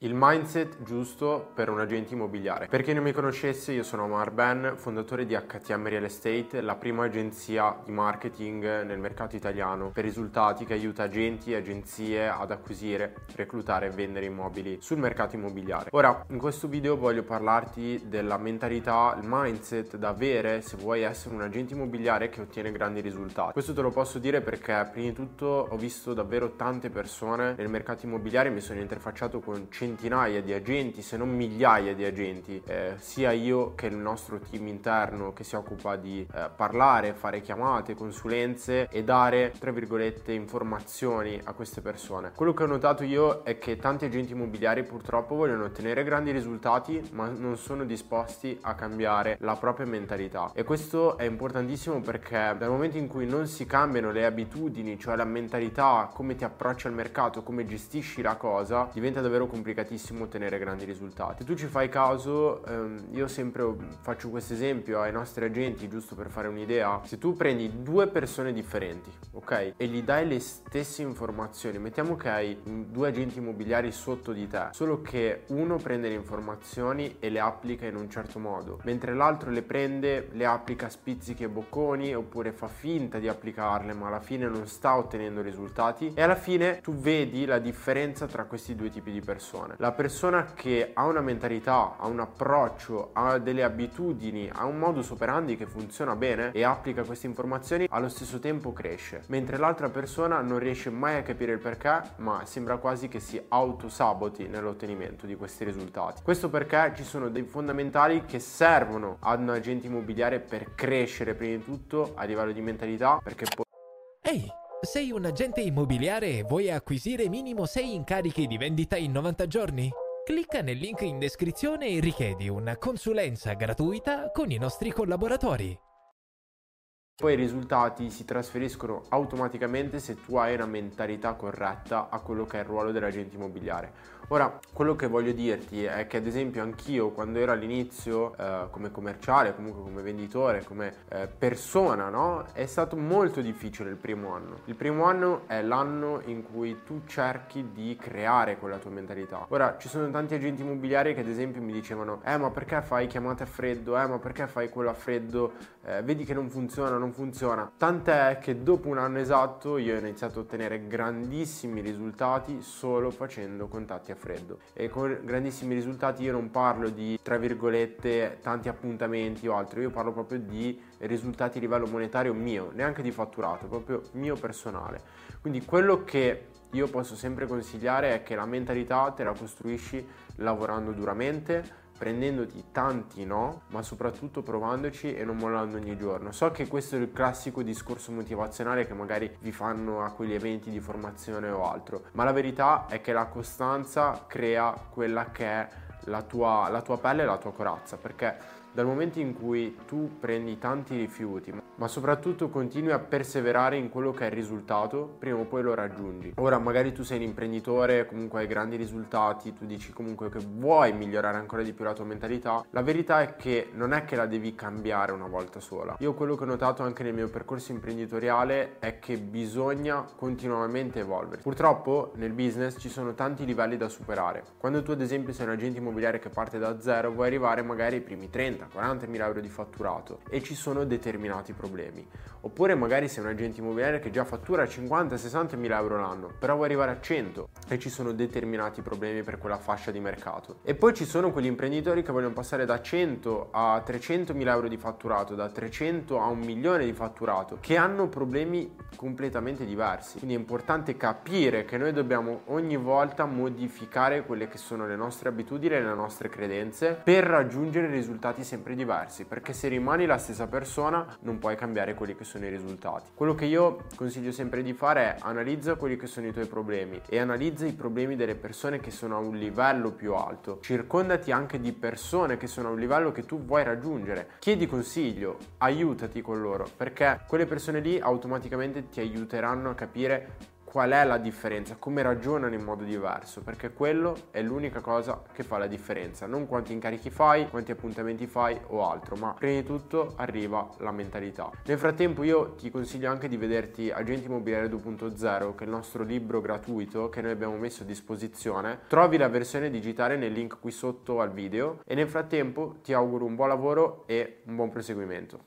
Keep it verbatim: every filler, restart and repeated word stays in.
Il mindset giusto per un agente immobiliare. Per chi non mi conoscesse, io sono Omar Ben, fondatore di H T M Real Estate, la prima agenzia di marketing nel mercato italiano per risultati che aiuta agenti e agenzie ad acquisire, reclutare e vendere immobili sul mercato immobiliare. Ora, in questo video voglio parlarti della mentalità, il mindset da avere se vuoi essere un agente immobiliare che ottiene grandi risultati. Questo te lo posso dire perché prima di tutto ho visto davvero tante persone nel mercato immobiliare, mi sono interfacciato con centinaia centinaia di agenti, se non migliaia di agenti, eh, sia io che il nostro team interno che si occupa di eh, parlare, fare chiamate, consulenze e dare, tra virgolette, informazioni a queste persone. Quello che ho notato io è che tanti agenti immobiliari purtroppo vogliono ottenere grandi risultati, ma non sono disposti a cambiare la propria mentalità. E questo è importantissimo perché dal momento in cui non si cambiano le abitudini, cioè la mentalità, come ti approcci al mercato, come gestisci la cosa, diventa davvero complicato ottenere grandi risultati. Se tu ci fai caso, ehm, io sempre faccio questo esempio ai nostri agenti, giusto per fare un'idea. Se tu prendi due persone differenti, ok, e gli dai le stesse informazioni, mettiamo che hai due agenti immobiliari sotto di te, solo che uno prende le informazioni e le applica in un certo modo, mentre l'altro le prende, le applica a spizzichi e bocconi, oppure fa finta di applicarle ma alla fine non sta ottenendo risultati, e alla fine tu vedi la differenza tra questi due tipi di persone. La persona che ha una mentalità, ha un approccio, ha delle abitudini, ha un modus operandi che funziona bene e applica queste informazioni, allo stesso tempo cresce, mentre l'altra persona non riesce mai a capire il perché, ma sembra quasi che si autosaboti nell'ottenimento di questi risultati. Questo perché ci sono dei fondamentali che servono ad un agente immobiliare per crescere prima di tutto a livello di mentalità, perché poi Ehi, sei un agente immobiliare e vuoi acquisire minimo sei incarichi di vendita in novanta giorni? Clicca nel link in descrizione e richiedi una consulenza gratuita con i nostri collaboratori. Poi i risultati si trasferiscono automaticamente se tu hai una mentalità corretta a quello che è il ruolo dell'agente immobiliare. Ora, quello che voglio dirti è che ad esempio anch'io quando ero all'inizio eh, come commerciale, comunque come venditore, come eh, persona, no? È stato molto difficile il primo anno. Il primo anno è l'anno in cui tu cerchi di creare quella tua mentalità. Ora, ci sono tanti agenti immobiliari che ad esempio mi dicevano eh ma perché fai chiamate a freddo, eh ma perché fai quello a freddo, eh, vedi che non funziona, non funziona. Tant'è che dopo un anno esatto io ho iniziato a ottenere grandissimi risultati solo facendo contatti a freddo, e con grandissimi risultati io non parlo di, tra virgolette, tanti appuntamenti o altro, io parlo proprio di risultati a livello monetario mio, neanche di fatturato, proprio mio personale. Quindi quello che io posso sempre consigliare è che la mentalità te la costruisci lavorando duramente, prendendoti tanti no, ma soprattutto provandoci e non mollando ogni giorno. So che questo è il classico discorso motivazionale che magari vi fanno a quegli eventi di formazione o altro, ma la verità è che la costanza crea quella che è la tua, la tua pelle e la tua corazza, perché dal momento in cui tu prendi tanti rifiuti, ma soprattutto continui a perseverare in quello che è il risultato, prima o poi lo raggiungi. Ora magari tu sei un imprenditore, comunque hai grandi risultati, tu dici comunque che vuoi migliorare ancora di più la tua mentalità, la verità è che non è che la devi cambiare una volta sola. Io quello che ho notato anche nel mio percorso imprenditoriale è che bisogna continuamente evolvere. Purtroppo nel business ci sono tanti livelli da superare. Quando tu ad esempio sei un agente immobiliare che parte da zero, vuoi arrivare magari ai primi trenta quaranta mila euro di fatturato e ci sono determinati problemi. Oppure magari sei un agente immobiliare che già fattura cinquanta sessanta mila euro l'anno, però vuoi arrivare a cento e ci sono determinati problemi per quella fascia di mercato. E poi ci sono quegli imprenditori che vogliono passare da cento a trecento mila euro di fatturato, da trecento a un milione di fatturato, che hanno problemi completamente diversi. Quindi è importante capire che noi dobbiamo ogni volta modificare quelle che sono le nostre abitudini e le nostre credenze per raggiungere risultati sempre diversi, perché se rimani la stessa persona non puoi cambiare quelli che sono i risultati. Quello che io consiglio sempre di fare è analizza quelli che sono i tuoi problemi e analizza i problemi delle persone che sono a un livello più alto. Circondati anche di persone che sono a un livello che tu vuoi raggiungere, chiedi consiglio, aiutati con loro, perché quelle persone lì automaticamente ti aiuteranno a capire qual è la differenza, come ragionano in modo diverso, perché quello è l'unica cosa che fa la differenza, non quanti incarichi fai, quanti appuntamenti fai o altro, ma prima di tutto arriva la mentalità. Nel frattempo io ti consiglio anche di vederti Agente Immobiliare due punto zero, che è il nostro libro gratuito che noi abbiamo messo a disposizione. Trovi la versione digitale nel link qui sotto al video e nel frattempo ti auguro un buon lavoro e un buon proseguimento.